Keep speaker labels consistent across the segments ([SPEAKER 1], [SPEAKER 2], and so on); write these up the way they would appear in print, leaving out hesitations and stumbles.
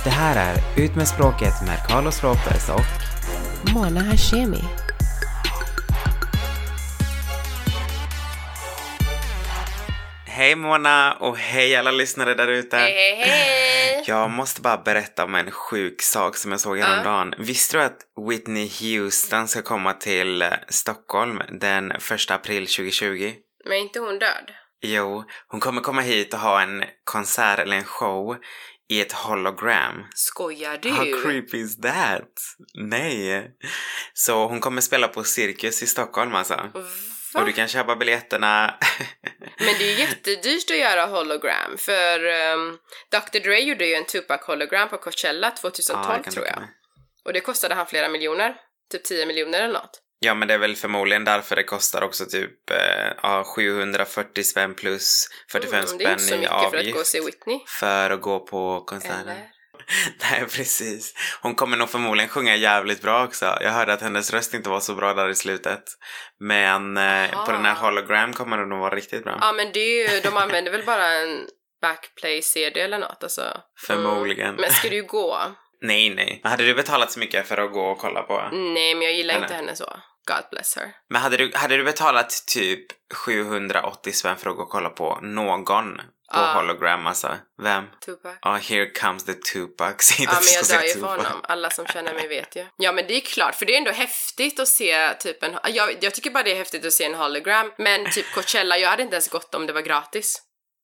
[SPEAKER 1] Det här är Ut med språket med Carlos Lopez och
[SPEAKER 2] Mona Hashemi.
[SPEAKER 1] Hej Mona och hej alla lyssnare där ute.
[SPEAKER 2] Hej.
[SPEAKER 1] Jag måste bara berätta om en sjuk sak som jag såg häromdagen. Visste du att Whitney Houston ska komma till Stockholm den 1 april 2020?
[SPEAKER 2] Men inte hon död?
[SPEAKER 1] Jo, hon kommer komma hit och ha en konsert eller en show i ett hologram.
[SPEAKER 2] Skojar du?
[SPEAKER 1] How creepy is that? Nej. Så hon kommer spela på Cirkus i Stockholm alltså.
[SPEAKER 2] Va?
[SPEAKER 1] Och du kan köpa biljetterna.
[SPEAKER 2] Men det är jättedyrt att göra hologram. För Dr. Dre gjorde ju en Tupac-hologram på Coachella 2012 tror jag. Och det kostade han flera miljoner. Typ 10 miljoner eller något.
[SPEAKER 1] Ja, men det är väl förmodligen därför det kostar också typ 740 spänn plus 45 spänn i avgift. Det är inte så mycket för att gå och se Whitney. För att gå på konserten. Eller? Nej, precis. Hon kommer nog förmodligen sjunga jävligt bra också. Jag hörde att hennes röst inte var så bra där i slutet. Men på den här hologram kommer det nog vara riktigt bra. Ja, men det är ju, de använder väl bara en backplay-CD eller något alltså. Förmodligen. Men ska du gå? Nej. Hade du betalat så mycket för att gå och kolla på? Nej, men jag gillar inte henne så. God bless her. Men hade du betalat typ 780 spänn för att gå och kolla på någon på hologram alltså? Vem? Tupac. Here comes the Tupac. Ja, men jag dör ju för honom. Alla som känner mig vet ju. Ja, men det är klart. För det är ändå häftigt att se typ en... Jag tycker bara det är häftigt att se en hologram. Men typ Coachella, jag hade inte ens gått om det var gratis.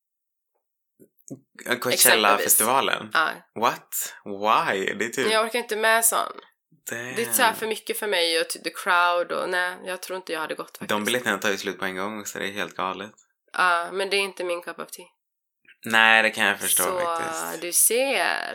[SPEAKER 1] Coachella-festivalen? Ja. What? Why? Det är typ... Jag orkar inte med sån. Damn. Det är så här för mycket för mig och the crowd och nej, jag tror inte jag hade gått faktiskt. De biljetterna tar ju slut på en gång så det är helt galet. Ja, men det är inte min cup of tea. Nej, det kan jag förstå så, faktiskt. Så du ser.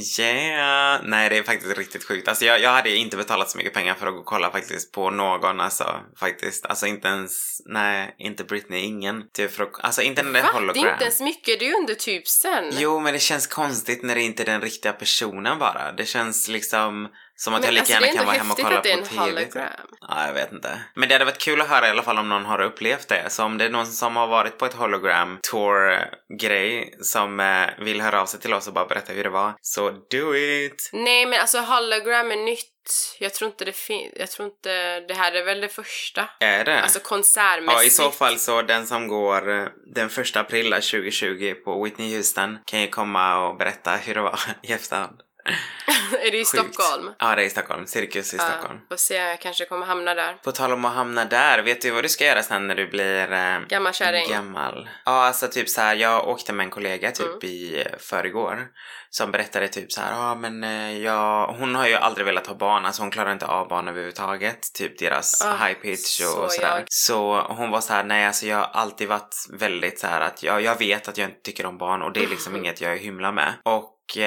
[SPEAKER 1] Yeah. Nej, det är faktiskt riktigt sjukt. Alltså jag hade inte betalat så mycket pengar för att gå och kolla faktiskt på någon. Alltså faktiskt. Alltså inte ens, nej, inte Britney, ingen. Typ för att, alltså inte den där hologram. Det är inte ens mycket, det är under 1000. Jo, men det känns konstigt när det inte är den riktiga personen bara. Det känns liksom... Som att men jag lika gärna kan vara hemma och kolla på TV. Hologram. Ja, jag vet inte. Men det hade varit kul att höra i alla fall om någon har upplevt det. Så om det är någon som har varit på ett hologram tour-grej som vill höra av sig till oss och bara berätta hur det var. Så do it! Nej, men alltså hologram är nytt. Jag tror inte det finns. Jag tror inte det här är väl det första. Är det? Alltså konsertmässigt. Ja, i så fall så den som går den 1 april 2020 på Whitney Houston kan ju komma och berätta hur det var i efterhand. Är det i Stockholm? Ja, det är i Stockholm. Cirkus i Stockholm. Får se, jag kanske kommer hamna där. På tal om att hamna där, vet du vad du ska göra sen när du blir gammal kärring? Gammal. Ja, alltså typ så här, jag åkte med en kollega typ i förrgår som berättade typ så här, men hon har ju aldrig velat ha barn, alltså hon klarar inte av barn överhuvudtaget, typ deras high pitch och sådär. Så hon var så här, nej alltså jag har alltid varit väldigt så här att jag vet att jag inte tycker om barn och det är liksom inget jag hymlar med. Och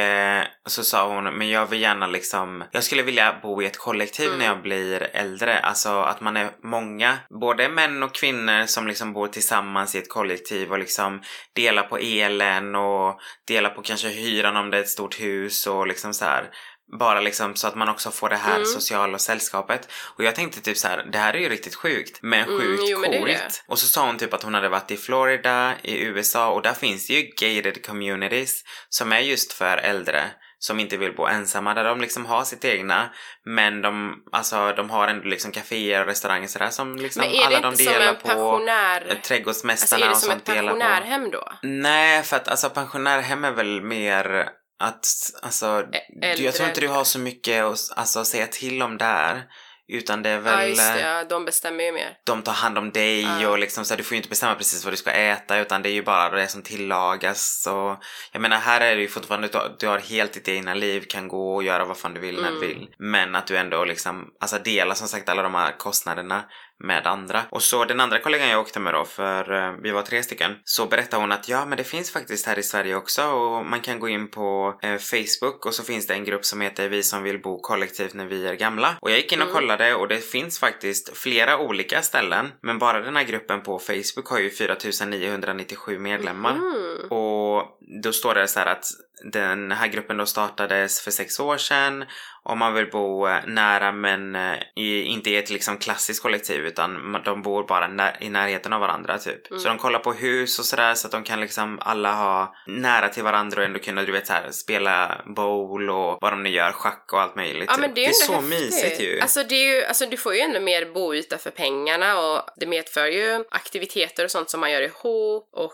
[SPEAKER 1] så sa hon, men jag vill gärna liksom, jag skulle vilja bo i ett kollektiv när jag blir äldre, alltså att man är många, både män och kvinnor som liksom bor tillsammans i ett kollektiv och liksom delar på elen och delar på kanske hyran om det är ett stort hus och liksom så här. Bara liksom så att man också får det här sociala sällskapet. Och jag tänkte typ så här, det här är ju riktigt sjukt. Men sjukt coolt. Och så sa hon typ att hon hade varit i Florida, i USA. Och där finns det ju gated communities som är just för äldre som inte vill bo ensamma, där de liksom har sitt egna, men de har ändå liksom kaféer och restauranger sådär som liksom alla de delar på. Trädgårdsmästarna och sånt delar på. Är det som ett pensionärhem då? Nej, för att alltså pensionärhem är väl mer att, alltså, jag tror inte du har så mycket att säga till om där. Utan det är väl... Ja, just det. De bestämmer ju mer. De tar hand om dig och liksom så här, du får ju inte bestämma precis vad du ska äta, utan det är ju bara det som tillagas. Och jag menar, här är det ju fortfarande du har helt ditt egna liv, kan gå och göra vad fan du vill när du vill. Men att du ändå liksom, alltså delar som sagt alla de här kostnaderna med andra. Och så den andra kollegan jag åkte med då, för vi var 3 stycken, så berättade hon att men det finns faktiskt här i Sverige också, och man kan gå in på Facebook och så finns det en grupp som heter Vi som vill bo kollektivt när vi är gamla. Och jag gick in och kollade och det finns faktiskt flera olika ställen, men bara den här gruppen på Facebook har ju 4997 medlemmar. Och då står det så här att den här gruppen då startades för 6 år sedan och man vill bo nära men inte i ett liksom klassiskt kollektiv utan de bor bara i närheten av varandra typ. Så de kollar på hus och sådär så att de kan liksom alla ha nära till varandra och ändå kunna du vet så här, spela bowl och vad de nu gör, schack och allt möjligt.
[SPEAKER 2] Ja, men det är så
[SPEAKER 1] häftigt. Mysigt ju.
[SPEAKER 2] Alltså det är ju, alltså du får ju ändå mer boyta för pengarna och det medför ju aktiviteter och sånt som man gör ihop och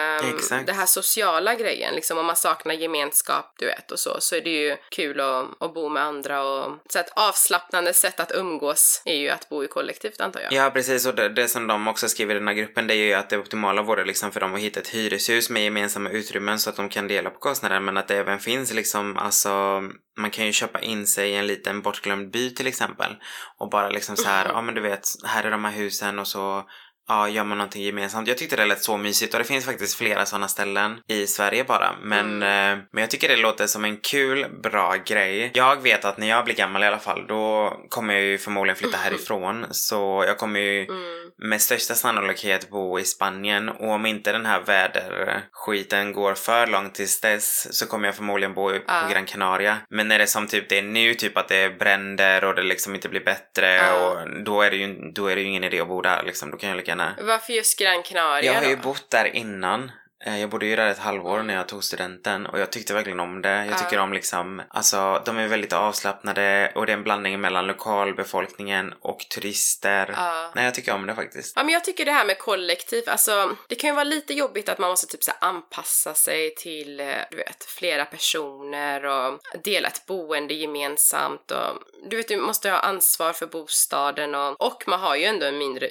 [SPEAKER 2] det här sociala grejen liksom om man saknar gemenskap du vet och så är det ju kul att bo med andra och så ett avslappnande sätt att umgås är ju att bo i kollektivt antar jag.
[SPEAKER 1] Ja precis och det som de också skriver i den här gruppen det är ju att det optimala vore liksom för dem att hitta ett hyreshus med gemensamma utrymmen så att de kan dela på kostnaden men att det även finns liksom alltså man kan ju köpa in sig i en liten bortglömd by till exempel och bara liksom så här ja men du vet här är de här husen och så ja, gör man någonting gemensamt. Jag tyckte det lät så mysigt och det finns faktiskt flera sådana ställen i Sverige bara. Men jag tycker det låter som en kul, bra grej. Jag vet att när jag blir gammal i alla fall, då kommer jag ju förmodligen flytta härifrån. Så jag kommer ju med största sannolikhet bo i Spanien. Och om inte den här väderskiten går för långt tills dess så kommer jag förmodligen bo på Gran Canaria. Men när det är som typ det är nu, typ att det är bränder och det liksom inte blir bättre och då är det ju ingen idé att bo där liksom. Då kan jag lika gärna.
[SPEAKER 2] Varför just Gran Canaria
[SPEAKER 1] Jag har ju bott där innan. Jag bodde ju där ett halvår när jag tog studenten och jag tyckte verkligen om det. Jag tycker om liksom, alltså de är väldigt avslappnade och det är en blandning mellan lokalbefolkningen och turister. Nej, jag tycker om det faktiskt.
[SPEAKER 2] Ja, men jag tycker det här med kollektiv, alltså det kan ju vara lite jobbigt att man måste typ så här anpassa sig till, du vet, flera personer och dela ett boende gemensamt och du vet, du måste ha ansvar för bostaden och man har ju ändå en mindre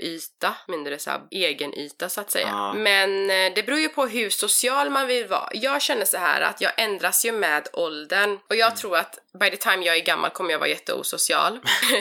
[SPEAKER 2] så här egen yta så att säga. Men det beror ju på hur social man vill vara. Jag känner så här att jag ändras ju med åldern och jag tror att by the time jag är gammal kommer jag vara jätteosocial.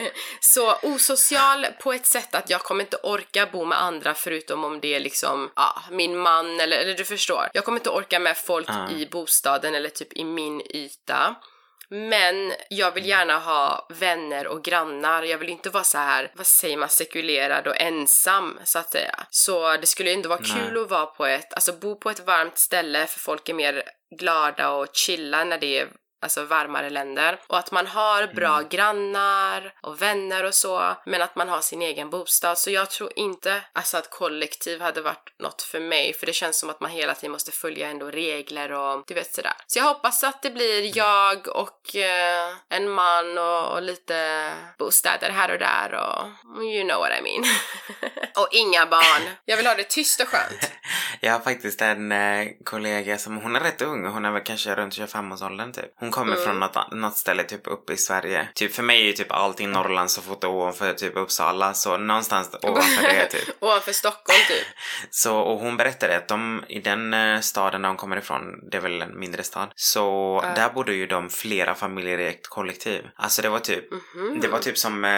[SPEAKER 2] Så osocial på ett sätt att jag kommer inte orka bo med andra förutom om det är liksom min man eller du förstår. Jag kommer inte orka med folk i bostaden eller typ i min yta. Men jag vill gärna ha vänner och grannar. Jag vill inte vara så här, vad säger man, sekulerad och ensam så att säga. Så det skulle ändå vara kul att vara bo på ett varmt ställe för folk är mer glada och chilla när det är alltså varmare länder. Och att man har bra grannar och vänner och så. Men att man har sin egen bostad. Så jag tror inte alltså att kollektiv hade varit något för mig. För det känns som att man hela tiden måste följa ändå regler och du vet sådär. Så jag hoppas att det blir jag och en man och lite bostäder här och där. Och you know what I mean. Och inga barn. Jag vill ha det tyst och skönt.
[SPEAKER 1] Jag har faktiskt en kollega som, hon är rätt ung. Hon är väl kanske runt 25-årsåldern typ. Hon kommer från något ställe typ uppe i Sverige. Typ för mig är ju typ allting Norrland så fort ovanför typ Uppsala. Så någonstans ovanför det typ.
[SPEAKER 2] Ovanför Stockholm typ.
[SPEAKER 1] Så, och hon berättade att i den staden där hon kommer ifrån, det är väl en mindre stad. Så där bodde ju de flera familjer i ett kollektiv. Alltså det var typ, det var typ som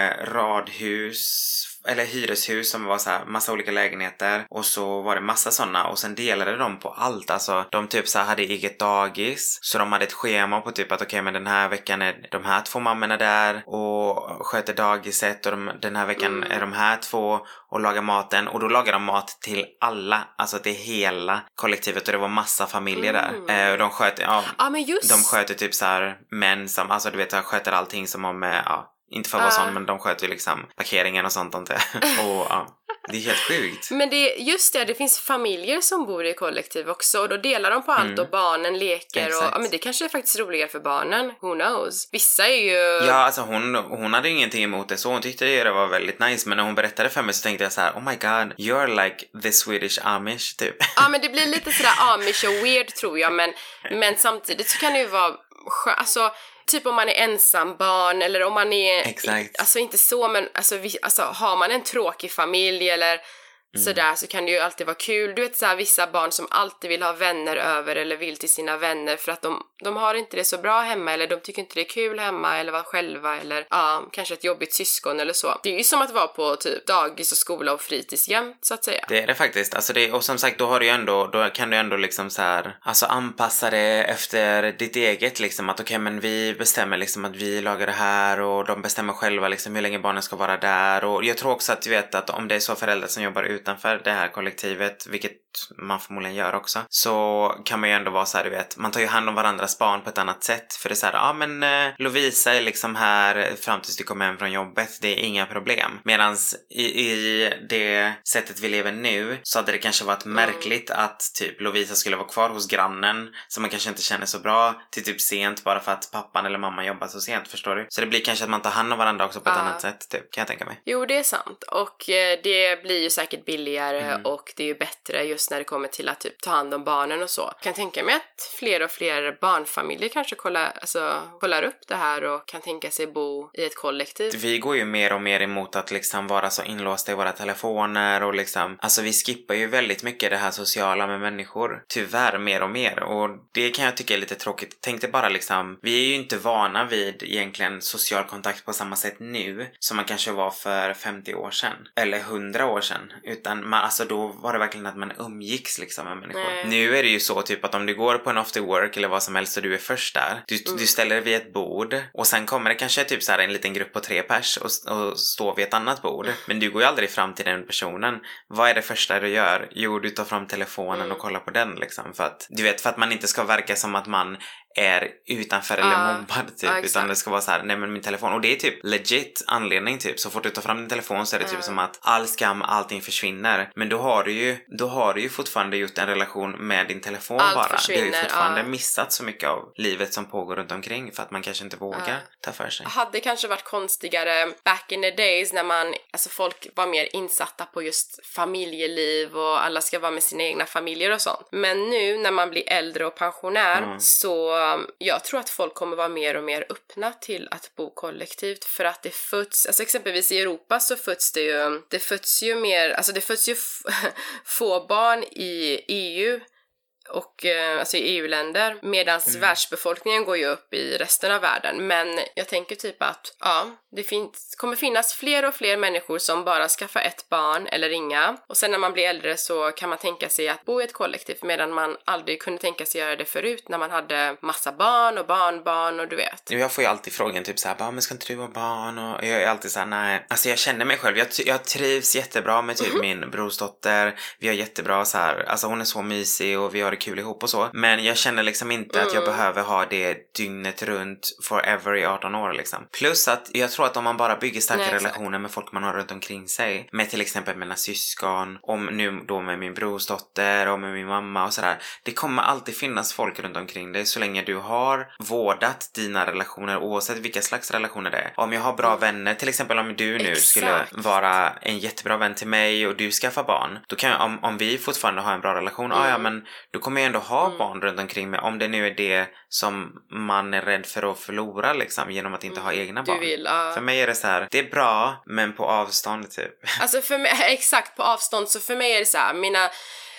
[SPEAKER 1] radhus eller hyreshus som var så här massa olika lägenheter och så var det massa sådana och sen delade de på allt. Alltså de typ så här hade eget dagis så de hade ett schema på typ att okej, men den här veckan är de här 2 mammorna där och sköter dagiset och den här veckan är de här 2 och lagar maten och då lagar de mat till alla, alltså till hela kollektivet och det var massa familjer där. De sköter de sköter typ så här män som, alltså du vet, sköter allting som om inte för att vara sån, men de sköter ju liksom parkeringen och sånt inte. Och det är helt sjukt.
[SPEAKER 2] Men det finns familjer som bor i kollektiv också och då delar de på allt och barnen leker. Exakt. Och men det kanske är faktiskt roligare för barnen, who knows. Vissa är ju...
[SPEAKER 1] Ja, alltså hon hade ju ingenting emot det så hon tyckte det var väldigt nice, men när hon berättade för mig så tänkte jag så här: oh my god, you're like the Swedish Amish typ. Ja,
[SPEAKER 2] men det blir lite sådär Amish och weird tror jag, men samtidigt så kan det ju vara alltså typ om man är ensam barn eller om man är alltså inte så, men alltså har man en tråkig familj eller sådär så kan det ju alltid vara kul. Du vet såhär vissa barn som alltid vill ha vänner över eller vill till sina vänner för att de har inte det så bra hemma eller de tycker inte det är kul hemma eller vara själva eller kanske ett jobbigt syskon eller så. Det är ju som att vara på typ dagis och skola och fritids jämt så att säga.
[SPEAKER 1] Det är det faktiskt. Alltså och som sagt då kan du ändå liksom så här, alltså anpassa det efter ditt eget liksom att okej, men vi bestämmer liksom att vi lagar det här och de bestämmer själva liksom hur länge barnen ska vara där och jag tror också att du vet att om det är så föräldrar som jobbar utanför det här kollektivet, vilket man förmodligen gör också, så kan man ju ändå vara så här, du vet, man tar ju hand om varandras barn på ett annat sätt, för det är så här, men Lovisa är liksom här fram tills du kommer hem från jobbet, det är inga problem. Medans i det sättet vi lever nu så hade det kanske varit märkligt att typ Lovisa skulle vara kvar hos grannen som man kanske inte känner så bra till typ sent bara för att pappan eller mamman jobbar så sent, förstår du? Så det blir kanske att man tar hand om varandra också på ett annat sätt, typ, kan jag tänka mig.
[SPEAKER 2] Jo, det är sant. Och det blir ju säkert billigare och det är ju bättre just när det kommer till att typ ta hand om barnen och så. Jag kan tänka mig att fler och fler barnfamiljer kanske kollar upp det här och kan tänka sig bo i ett kollektiv.
[SPEAKER 1] Vi går ju mer och mer emot att liksom vara så inlåsta i våra telefoner och liksom, alltså vi skippar ju väldigt mycket det här sociala med människor. Tyvärr mer och mer, och det kan jag tycka är lite tråkigt. Tänk dig bara liksom, vi är ju inte vana vid egentligen social kontakt på samma sätt nu som man kanske var för 50 år sedan eller 100 år sedan, utan alltså då var det verkligen att man umgicks liksom med människor. Nu är det ju så typ att om du går på en after work eller vad som helst och du är först där, du ställer dig vid ett bord och sen kommer det kanske typ så här en liten grupp på 3 pers och står vid ett annat bord, men du går ju aldrig fram till den personen. Vad är det första du gör? Jo, du tar fram telefonen och kollar på den liksom, för att du vet, för att man inte ska verka som att man är utanför eller mobbad typ, utan det ska vara så här, nej men min telefon, och det är typ legit anledning typ, så fort du tar fram din telefon så är det typ som att all skam, allting försvinner, men då har du ju fortfarande gjort en relation med din telefon. Allt bara du har ju fortfarande missat så mycket av livet som pågår runt omkring för att man kanske inte vågar ta för sig.
[SPEAKER 2] Hade kanske varit konstigare back in the days när man, alltså folk var mer insatta på just familjeliv och alla ska vara med sina egna familjer och sånt, men nu när man blir äldre och pensionär så jag tror att folk kommer vara mer och mer öppna till att bo kollektivt, för att det föds, alltså exempelvis i Europa så föds det föds ju mer, alltså det föds ju få barn i EU och alltså i EU-länder, medan världsbefolkningen går ju upp i resten av världen. Men jag tänker typ att det kommer finnas fler och fler människor som bara skaffar ett barn eller inga, och sen när man blir äldre så kan man tänka sig att bo i ett kollektiv, medan man aldrig kunde tänka sig göra det förut när man hade massa barn och barnbarn och du vet.
[SPEAKER 1] Jag får ju alltid frågan typ såhär, men ska inte du ha barn? Och jag är alltid såhär, nej. Alltså jag känner mig själv, jag trivs jättebra med typ min brorsdotter, vi har jättebra så här, alltså hon är så mysig och vi har kul ihop och så, men jag känner liksom inte att jag behöver ha det dygnet runt forever i 18 år liksom. Plus att jag tror att om man bara bygger starka relationer med folk man har runt omkring sig, med till exempel mina syskon, om nu då med min brorsdotter och med min mamma och sådär, det kommer alltid finnas folk runt omkring dig så länge du har vårdat dina relationer, oavsett vilka slags relationer det är. Om jag har bra vänner, till exempel om du nu skulle vara en jättebra vän till mig och du skaffar barn, då kan jag, om vi fortfarande har en bra relation, men då kommer jag ändå ha barn runt omkring mig, om det nu är det som man är rädd för att förlora liksom, genom att inte ha egna barn. För mig är det så här, det är bra men på avstånd typ.
[SPEAKER 2] Alltså för mig, exakt på avstånd, så för mig är det så här, mina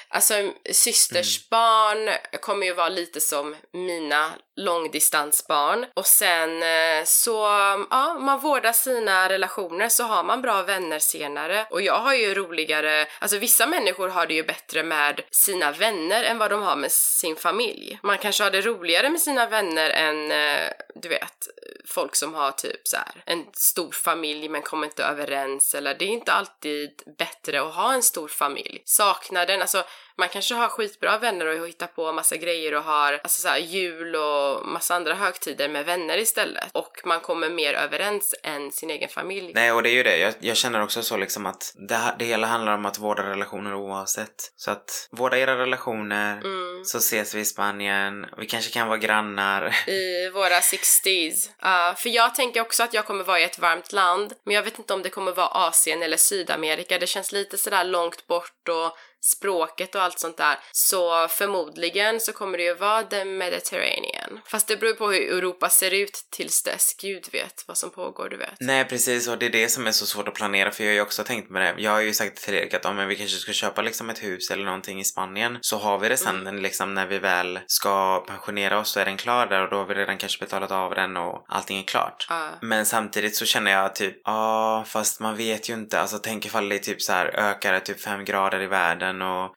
[SPEAKER 2] systers barn kommer ju vara lite som mina långdistansbarn, och sen så man vårdar sina relationer, så har man bra vänner senare. Och jag har ju roligare, alltså vissa människor har det ju bättre med sina vänner än vad de har med sin familj. Man kanske har det roligare med sina vänner än du vet, folk som har typ så här en stor familj men kommer inte överens, eller det är inte alltid bättre att ha en stor familj. Saknaden, alltså man kanske har skitbra vänner och hittar på massa grejer och har alltså så här jul och massa andra högtider med vänner istället, och man kommer mer överens än sin egen familj.
[SPEAKER 1] Nej, och det är ju det. Jag känner också så liksom att det hela handlar om att vårda relationer oavsett. Så att vårda era relationer, så ses vi i Spanien. Vi kanske kan vara grannar.
[SPEAKER 2] I våra 60s. För jag tänker också att jag kommer vara i ett varmt land, men jag vet inte om det kommer vara Asien eller Sydamerika. Det känns lite sådär långt bort, och språket och allt sånt där. Så förmodligen så kommer det ju vara the Mediterranean. Fast det beror på hur Europa ser ut tills dess. Gud vet vad som pågår, du vet.
[SPEAKER 1] Nej, precis. Och det är det som är så svårt att planera. För jag har ju också tänkt med det. Jag har ju sagt till Erik att vi kanske ska köpa liksom ett hus eller någonting i Spanien. Så har vi det sen liksom när vi väl ska pensionera oss, så är den klar där. Och då har vi redan kanske betalat av den och allting är klart. Men samtidigt så känner jag typ, fast man vet ju inte. Alltså tänk ifall det typ så här ökar typ 5 grader i världen, och tills det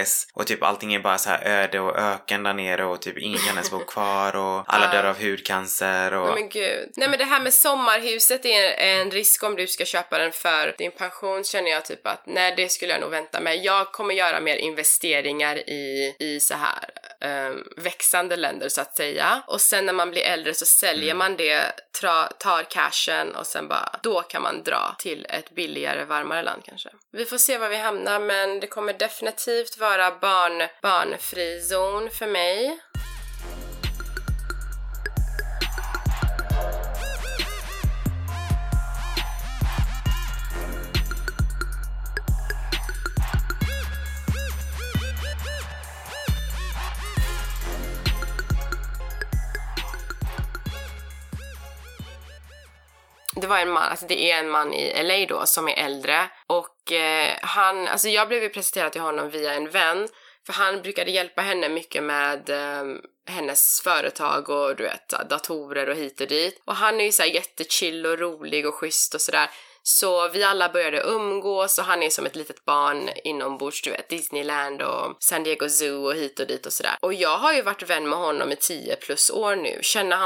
[SPEAKER 1] stress och typ allting är bara så här öde och öken där nere och typ ingen kan ens bo kvar och alla dör av hudcancer och...
[SPEAKER 2] Men gud. Nej, men det här med sommarhuset är en risk om du ska köpa den för din pension, känner jag typ att nej, det skulle jag nog vänta med. Jag kommer göra mer investeringar i så här växande länder så att säga, och sen när man blir äldre så säljer man det, tar cashen och sen bara, då kan man dra till ett billigare, varmare land kanske. Vi får se var vi hamnar, men det kommer definitivt vara barnfri zon för mig. Det var en man, alltså det är en man i LA då som är äldre och han, alltså jag blev ju presenterad till honom via en vän, för han brukade hjälpa henne mycket med hennes företag och du vet, datorer och hit och dit, och han är ju så här jättechill och rolig och schysst och sådär. Så vi alla började umgås och han är som ett litet barn inombords, du vet, Disneyland och San Diego Zoo och hit och dit och sådär. Och jag har ju varit vän med honom i 10+ år nu.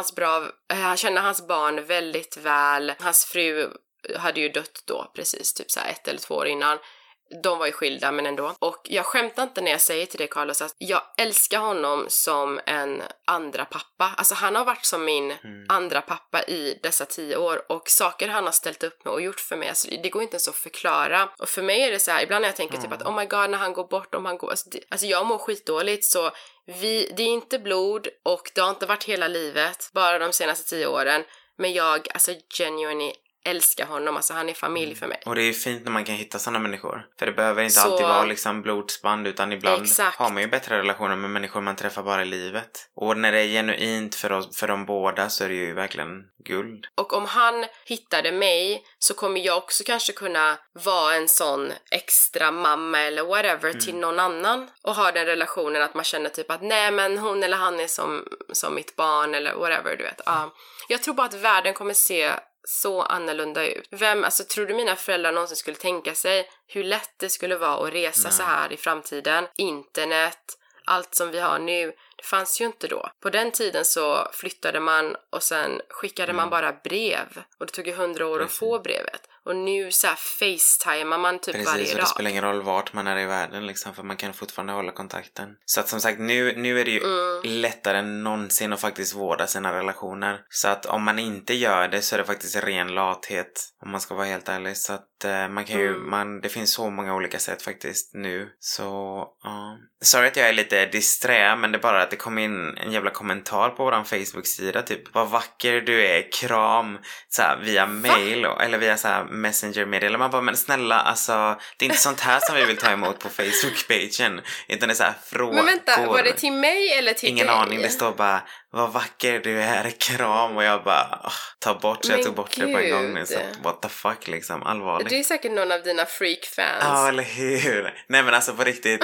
[SPEAKER 2] Känner hans barn väldigt väl. Hans fru hade ju dött då precis, typ så här 1 eller 2 år innan. De var ju skilda, men ändå. Och jag skämtar inte när jag säger till dig, Carlos, att jag älskar honom som en andra pappa. Alltså han har varit som min andra pappa i dessa 10 år. Och saker han har ställt upp med och gjort för mig, alltså, det går inte ens att förklara. Och för mig är det så här, ibland när jag tänker typ att oh my god, när han går bort, om han går... Alltså jag mår skitdåligt, så det är inte blod och det har inte varit hela livet, bara de senaste 10 åren. Men jag, alltså genuinely älskar honom, alltså han är familj för mig.
[SPEAKER 1] Och det är ju fint när man kan hitta sådana människor. För det behöver inte alltid vara liksom blodsband, utan ibland har man ju bättre relationer med människor man träffar bara i livet. Och när det är genuint för de båda så är det ju verkligen guld.
[SPEAKER 2] Och om han hittade mig så kommer jag också kanske kunna vara en sån extra mamma eller whatever till någon annan. Och ha den relationen att man känner typ att nej, men hon eller han är som mitt barn eller whatever, du vet. Jag tror bara att världen kommer se så annorlunda ut. Alltså tror du mina föräldrar någonsin skulle tänka sig hur lätt det skulle vara att resa så här i framtiden? Internet, allt som vi har nu, det fanns ju inte då. På den tiden så flyttade man och sen skickade man bara brev. Och det tog ju 100 år att få brevet. Och nu så här facetimear man typ varje dag.
[SPEAKER 1] Precis, och det spelar ingen roll vart man är i världen liksom, för man kan fortfarande hålla kontakten. Så att som sagt, nu är det ju lättare än någonsin att faktiskt vårda sina relationer. Så att om man inte gör det så är det faktiskt ren lathet, om man ska vara helt ärlig. Så att man kan ju, det finns så många olika sätt faktiskt nu. Så, sorry att jag är lite disträ, men det är bara att det kom in en jävla kommentar på våran Facebook-sida typ, vad vacker du är, kram, så här, via mail eller via så här messenger-meddelande. Man bara, men snälla, alltså det är inte sånt här som vi vill ta emot på Facebook-pagen, utan det är så här frågor.
[SPEAKER 2] Men vänta, var det till mig eller till
[SPEAKER 1] Ingen
[SPEAKER 2] dig?
[SPEAKER 1] aning, det står bara, vad vacker du är, kram, och jag bara, ta bort, så jag tog bort det på en gång nu, så what the fuck liksom, allvarligt.
[SPEAKER 2] Det är säkert någon av dina freak-fans.
[SPEAKER 1] Ja, eller hur? Nej, men alltså på riktigt,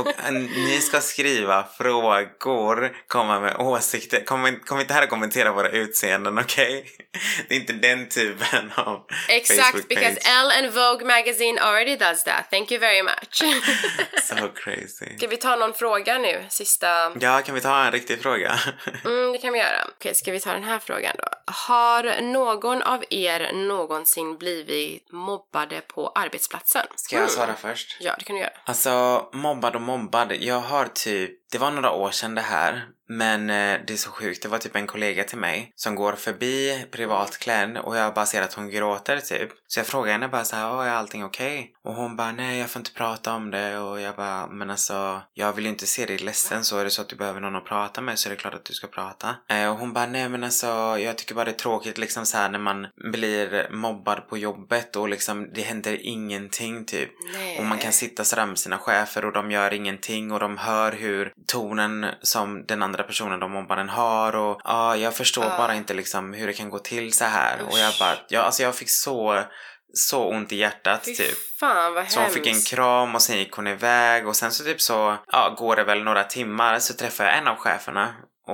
[SPEAKER 1] ni ska skriva frågor, komma med åsikter, kom inte här och kommentera våra utseenden, okej? Det är inte den typen av
[SPEAKER 2] Exakt, because Elle and Vogue magazine already does that. Thank you very much.
[SPEAKER 1] So crazy.
[SPEAKER 2] Ska vi ta någon fråga nu? Sista...
[SPEAKER 1] Ja, kan vi ta en riktig fråga?
[SPEAKER 2] Det kan vi göra. Okej, ska vi ta den här frågan då? Har någon av er någonsin blivit mobbade på arbetsplatsen?
[SPEAKER 1] Ska jag svara först?
[SPEAKER 2] Ja, det kan du göra.
[SPEAKER 1] Alltså, mobbad. Jag har typ... Det var några år sedan det här, men det är så sjukt. Det var typ en kollega till mig som går förbi privat klädd och jag bara ser att hon gråter typ. Så jag frågar henne bara så här, är allting okej? Och hon bara, nej, jag får inte prata om det. Och jag bara, men alltså, jag vill ju inte se dig ledsen, så är det så att du behöver någon att prata med så är det klart att du ska prata. Och hon bara, nej men alltså, jag tycker bara det är tråkigt liksom så här när man blir mobbad på jobbet och liksom det händer ingenting typ. Nej. Och man kan sitta sådär med sina chefer och de gör ingenting och de hör hur tonen som den andra personen de mobbaren har och jag förstår bara inte liksom hur det kan gå till så här. Usch. Och jag bara, jag fick så ont i hjärtat typ.
[SPEAKER 2] Fan, vad
[SPEAKER 1] så hon fick en kram och sen gick hon iväg och sen så typ så går det väl några timmar så träffar jag en av cheferna och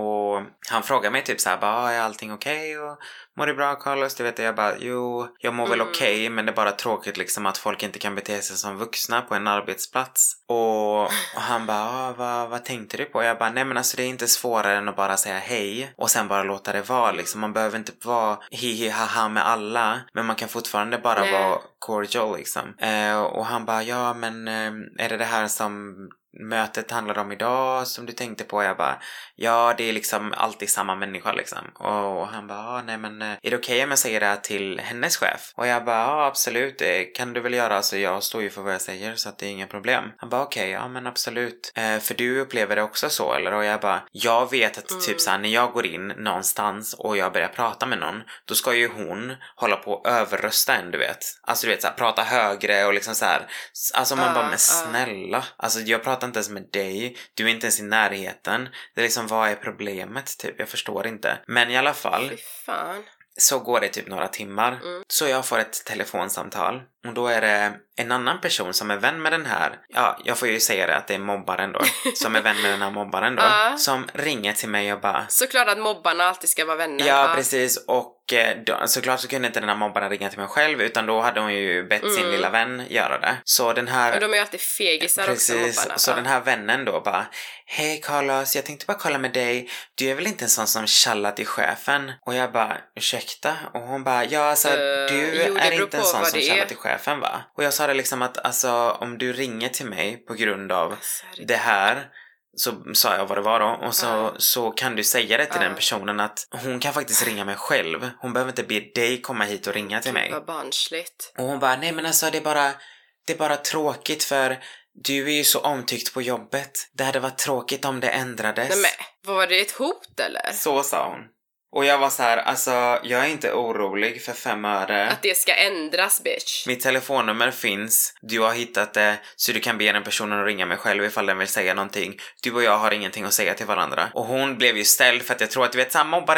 [SPEAKER 1] han frågar mig typ såhär, bara, är allting okej? Och mår det bra, Carlos? Du vet, jag bara, jo, jag mår väl okej, men det är bara tråkigt liksom att folk inte kan bete sig som vuxna på en arbetsplats. Och han bara, vad tänkte du på? Jag bara, nej men alltså det är inte svårare än att bara säga hej och sen bara låta det vara liksom. Man behöver inte vara hihi haha med alla, men man kan fortfarande bara vara cordial liksom. Och han bara, ja men är det här som mötet handlar om idag som du tänkte på? Jag bara, ja det är liksom alltid samma människa liksom. Och han bara, nej men är det okej om jag säger det här till hennes chef? Och jag bara, ja absolut, det kan du väl göra, alltså jag står ju för vad jag säger så att det är inga problem. Han bara, okej, ja men absolut. För du upplever det också så eller? Och jag bara, jag vet att typ såhär när jag går in någonstans och jag börjar prata med någon, då ska ju hon hålla på att överrösta en, du vet. Alltså du vet såhär, prata högre och liksom såhär. Alltså man bara, men snälla. Alltså jag pratar inte ens med dig, du är inte ens i närheten. Det är liksom, vad är problemet typ? Jag förstår inte. Men i alla fall,
[SPEAKER 2] fy fan.
[SPEAKER 1] Så går det typ några timmar. Så jag får ett telefonsamtal. Och då är det en annan person som är vän med den här. Ja, jag får ju säga det att det är mobbaren då. Som är vän med den här mobbaren då. Som ringer till mig och bara...
[SPEAKER 2] Såklart att mobbarna alltid ska vara vänner.
[SPEAKER 1] Ja, precis. Och såklart så kunde inte den här mobbaren ringa till mig själv. Utan då hade hon ju bett sin lilla vän göra det. Så den här...
[SPEAKER 2] Och de är ju alltid fegisar också, mobbarna.
[SPEAKER 1] Så den här vännen då bara... Hej Carlos, jag tänkte bara kolla med dig. Du är väl inte en sån som tjallar till chefen? Och jag bara, ursäkta? Och hon bara, ja alltså du är inte en sån som tjallar till chefen, va? Och jag sa det liksom att alltså om du ringer till mig på grund av det här, så sa jag vad det var då. Och så kan du säga det till den personen att hon kan faktiskt ringa mig själv. Hon behöver inte be dig komma hit och ringa till mig.
[SPEAKER 2] Vad barnsligt.
[SPEAKER 1] Och hon bara, nej men alltså det är bara tråkigt för du är ju så omtyckt på jobbet. Det hade varit tråkigt om det ändrades.
[SPEAKER 2] Nej men, var det ett hot eller?
[SPEAKER 1] Så sa hon. Och jag var så här, alltså jag är inte orolig för 5 öre.
[SPEAKER 2] Att det ska ändras, bitch.
[SPEAKER 1] Mitt telefonnummer finns. Du har hittat det så du kan be den personen att ringa mig själv ifall den vill säga någonting. Du och jag har ingenting att säga till varandra. Och hon blev ju ställd för att jag tror att du vet, samma mobbare,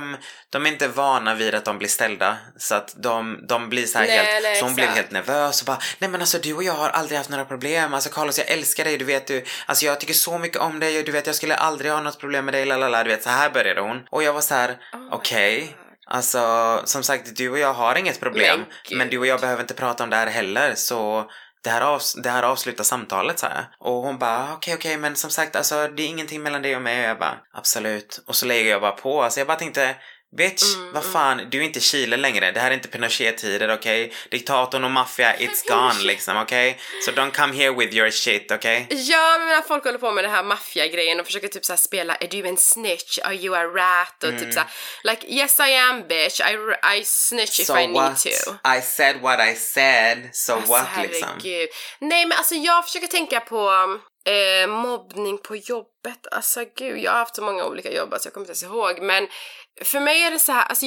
[SPEAKER 1] de är inte vana vid att de blir ställda. Så att de blir så här helt... Så hon blev helt nervös och bara, nej men alltså du och jag har aldrig haft några problem. Alltså Carlos, jag älskar dig, du vet du. Alltså jag tycker så mycket om dig och du vet jag skulle aldrig ha något problem med dig, lalala. Du vet, så här började hon. Och jag var så här, okej. Alltså, som sagt, du och jag har inget problem. Men du och jag behöver inte prata om det här heller. Så det här avslutar samtalet, så här. Och hon bara, okej, men som sagt, alltså det är ingenting mellan dig och mig. Och jag bara, absolut. Och så lägger jag bara på. Alltså jag bara tänkte, bitch, vad fan, du är inte Chile längre. Det här är inte Pinochet-tider, okej? Diktatorn och maffia, it's gone liksom, okej? So don't come here with your shit, okej?
[SPEAKER 2] Ja, men när folk håller på med det här maffia-grejen och försöker typ såhär spela, är du en snitch? Are you a rat? Och typ såhär, like, yes I am, bitch. I snitch if I need to.
[SPEAKER 1] I said what I said, so alltså, what liksom?
[SPEAKER 2] Nej, men alltså jag försöker tänka på mobbning på jobbet. Alltså gud, jag har haft så många olika jobb så jag kommer inte ens ihåg. Men för mig är det så här, alltså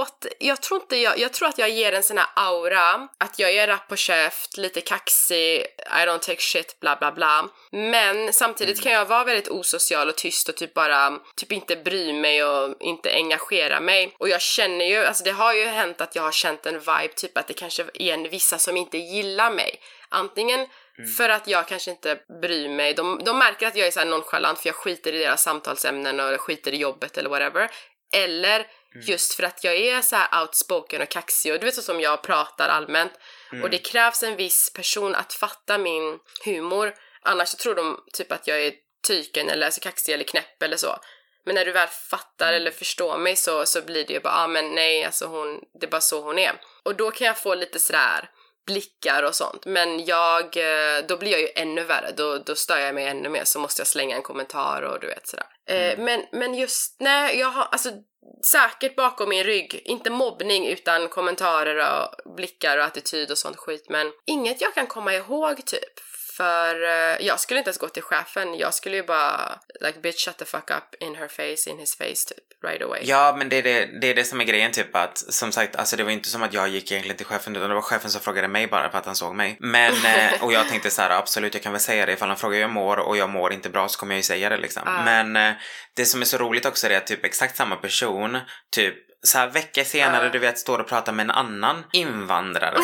[SPEAKER 2] jag tror att jag ger en sån här aura att jag är rapp på käft, lite kaxig, I don't take shit, bla bla bla. Men samtidigt kan jag vara väldigt osocial och tyst och typ inte bry mig och inte engagera mig. Och jag känner ju, alltså det har ju hänt att jag har känt en vibe typ att det kanske är vissa som inte gillar mig. Antingen för att jag kanske inte bryr mig. De märker att jag är så här nonchalant för jag skiter i deras samtalsämnen och skiter i jobbet eller whatever. Eller just för att jag är så här outspoken och kaxig och du vet så som jag pratar allmänt. Och det krävs en viss person att fatta min humor. Annars så tror de typ att jag är tyken eller så kaxig eller knäpp eller så. Men när du väl fattar eller förstår mig så blir det ju bara, men nej, alltså det är bara så hon är. Och då kan jag få lite sådär blickar och sånt. Men då blir jag ju ännu värre. Då stör jag mig ännu mer. Så måste jag slänga en kommentar och du vet sådär. Men just, nej, jag har alltså säkert bakom min rygg, inte mobbning utan kommentarer och blickar och attityd och sånt skit. Men inget jag kan komma ihåg typ. För jag skulle inte ens gå till chefen. Jag skulle ju bara like bitch shut the fuck up in her face, in his face typ right away.
[SPEAKER 1] Ja, men det är det som är grejen typ att som sagt, alltså det var inte som att jag gick egentligen till chefen utan det var chefen som frågade mig bara för att han såg mig. Men och jag tänkte så här, absolut jag kan väl säga det ifall han frågar hur jag mår och jag mår inte bra så kommer jag ju säga det liksom. Men det som är så roligt också är att typ exakt samma person typ så här veckor senare, du vet, står och pratar med en annan invandrare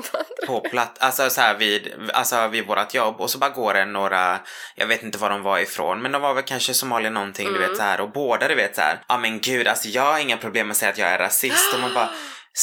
[SPEAKER 1] på plats, alltså så här vid vårat jobb, och så bara går det några, jag vet inte var de var ifrån, men de var väl kanske Somalien någonting, du vet så här, och båda, du vet så här, ja men gud, alltså jag har inga problem med att säga att jag är rasist, och man bara,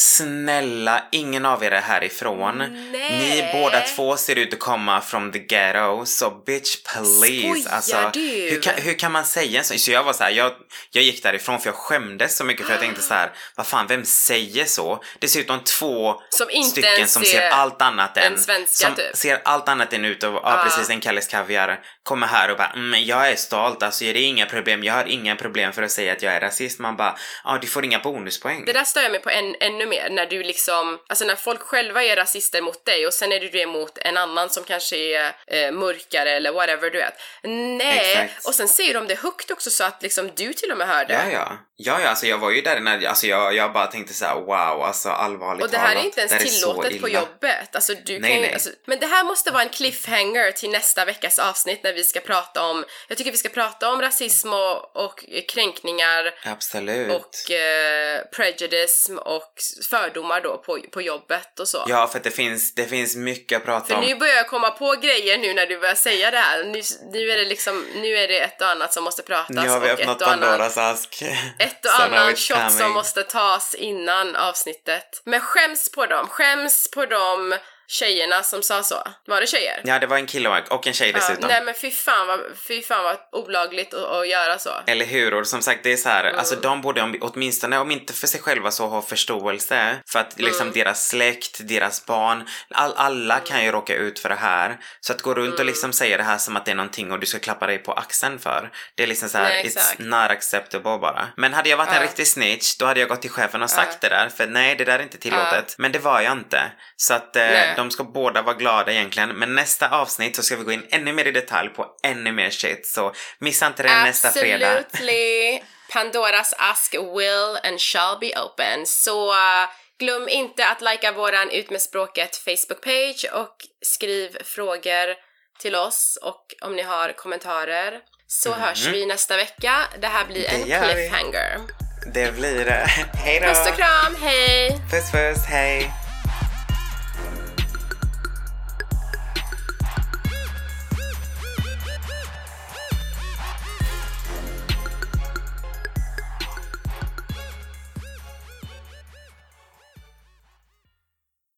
[SPEAKER 1] snälla, ingen av er är härifrån.
[SPEAKER 2] Nej.
[SPEAKER 1] Ni båda två ser ut att komma from the ghetto, so bitch please. Alltså, hur kan man säga så? Så jag var så här, jag gick därifrån för jag skämdes så mycket, för jag tänkte så här, vad fan, vem säger så? Dessutom två stycken som ser allt annat än
[SPEAKER 2] svenska,
[SPEAKER 1] som typ ser allt annat än ut, och precis, en Kalles Kaviar kommer här och bara, jag är stolt, alltså det är inga problem, jag har inga problem för att säga att jag är rasist. Man bara, du får inga bonuspoäng.
[SPEAKER 2] Det där stör jag mig på ännu mer, när du liksom, alltså när folk själva är rasister mot dig och sen är du det mot en annan som kanske är mörkare eller whatever, du vet. Nej, exakt. Och sen säger de det högt också, så att liksom du till och med hör det. Ja, alltså jag var ju där när, alltså jag bara tänkte så här, wow, alltså allvarligt. Och det här är inte ens tillåtet på jobbet. Alltså du
[SPEAKER 1] nej.
[SPEAKER 2] Alltså, men det här måste vara en cliffhanger till nästa veckas avsnitt, när vi ska prata om, jag tycker vi ska prata om rasism och kränkningar.
[SPEAKER 1] Absolut.
[SPEAKER 2] Och prejudice och fördomar då på jobbet och så.
[SPEAKER 1] Ja, för att det finns mycket att prata om.
[SPEAKER 2] För nu börjar jag komma på grejer nu när du börjar säga det här. Nu är det liksom, nu är det ett och annat som måste pratas.
[SPEAKER 1] Nu har vi öppnat Pandoras ask.
[SPEAKER 2] Ett och annat shot som måste tas innan avsnittet. Men skäms på dem tjejerna som sa så. Var det tjejer?
[SPEAKER 1] Ja, det var en kille och en tjej dessutom.
[SPEAKER 2] Nej, men fy fan vad olagligt att göra så.
[SPEAKER 1] Eller hur? Och som sagt, det är så här, alltså de borde åtminstone, om inte för sig själva, så ha förståelse för att liksom deras släkt, deras barn, alla kan ju råka ut för det här. Så att gå runt och liksom säga det här som att det är någonting och du ska klappa dig på axeln för. Det är liksom så här, nej, it's not acceptable bara. Men hade jag varit en riktig snitch, då hade jag gått till chefen och sagt det där, för nej, det där är inte tillåtet. Men det var jag inte. Så att de ska båda vara glada egentligen. Men nästa avsnitt så ska vi gå in ännu mer i detalj på ännu mer shit. Så missa inte det nästa fredag.
[SPEAKER 2] Absolutely. Pandoras ask will and shall be open. Så glöm inte att likea våran Ut med språket Facebook-page och skriv frågor till oss. Och om ni har kommentarer så hörs vi nästa vecka. Det här blir en cliffhanger.
[SPEAKER 1] Det blir det. Hej då.
[SPEAKER 2] Puss och kram, hej.
[SPEAKER 1] Puss, hej.